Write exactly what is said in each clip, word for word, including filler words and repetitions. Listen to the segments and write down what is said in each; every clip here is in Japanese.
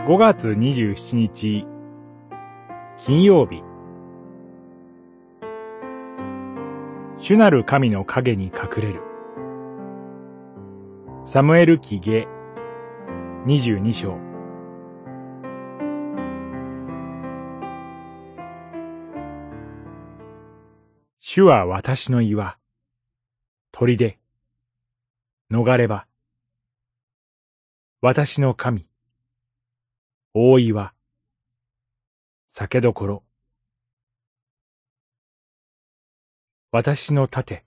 ごがつにじゅうしちにち金曜日。主なる神の影に隠れる。サムエル記下にじゅうにしょう。主は私の岩、砦、逃れ場。私の神、大岩、酒どころ。私の盾、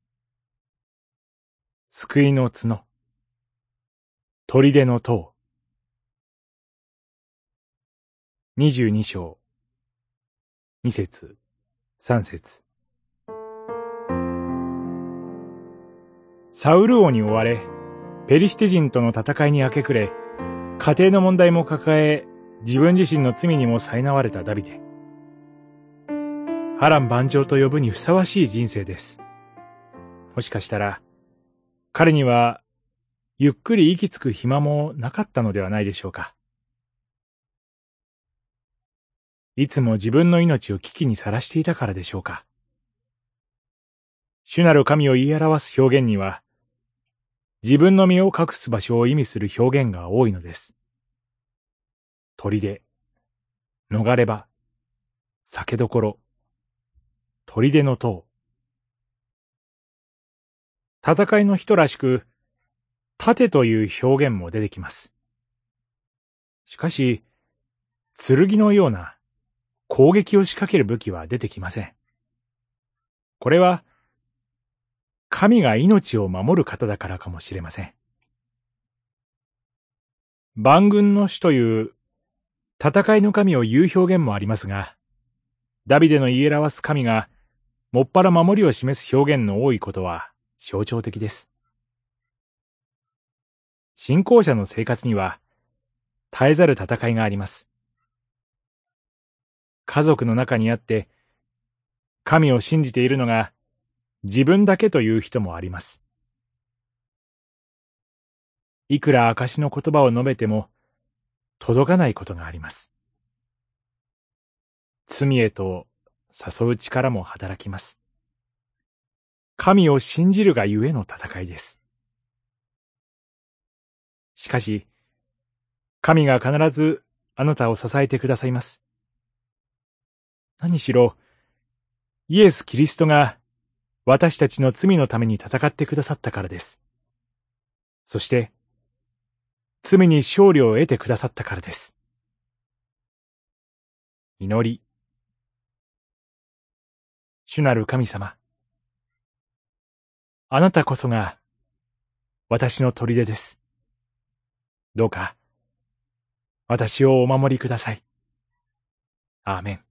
救いの角、砦の塔。にじゅうにしょう、にせつ、さんせつ。サウル王に追われ、ペリシテ人との戦いに明け暮れ、家庭の問題も抱え、自分自身の罪にも苛われたダビデ。波乱万丈と呼ぶにふさわしい人生です。もしかしたら、彼には、ゆっくり息つく暇もなかったのではないでしょうか。いつも自分の命を危機にさらしていたからでしょうか。主なる神を言い表す表現には、自分の身を隠す場所を意味する表現が多いのです。砦、逃れ場、酒どころ、砦の塔。戦いの人らしく、盾という表現も出てきます。しかし、剣のような攻撃を仕掛ける武器は出てきません。これは、神が命を守る方だからかもしれません。万軍の主という戦いの神を言う表現もありますが、ダビデの言い表す神がもっぱら守りを示す表現の多いことは象徴的です。信仰者の生活には絶えざる戦いがあります。家族の中にあって神を信じているのが自分だけという人もあります。いくら証の言葉を述べても届かないことがあります。罪へと誘う力も働きます。神を信じるがゆえの戦いです。しかし、神が必ずあなたを支えてくださいます。何しろ、イエス・キリストが私たちの罪のために戦ってくださったからです。そして、罪に勝利を得てくださったからです。祈り。主なる神様。あなたこそが私の砦です。どうか私をお守りください。アーメン。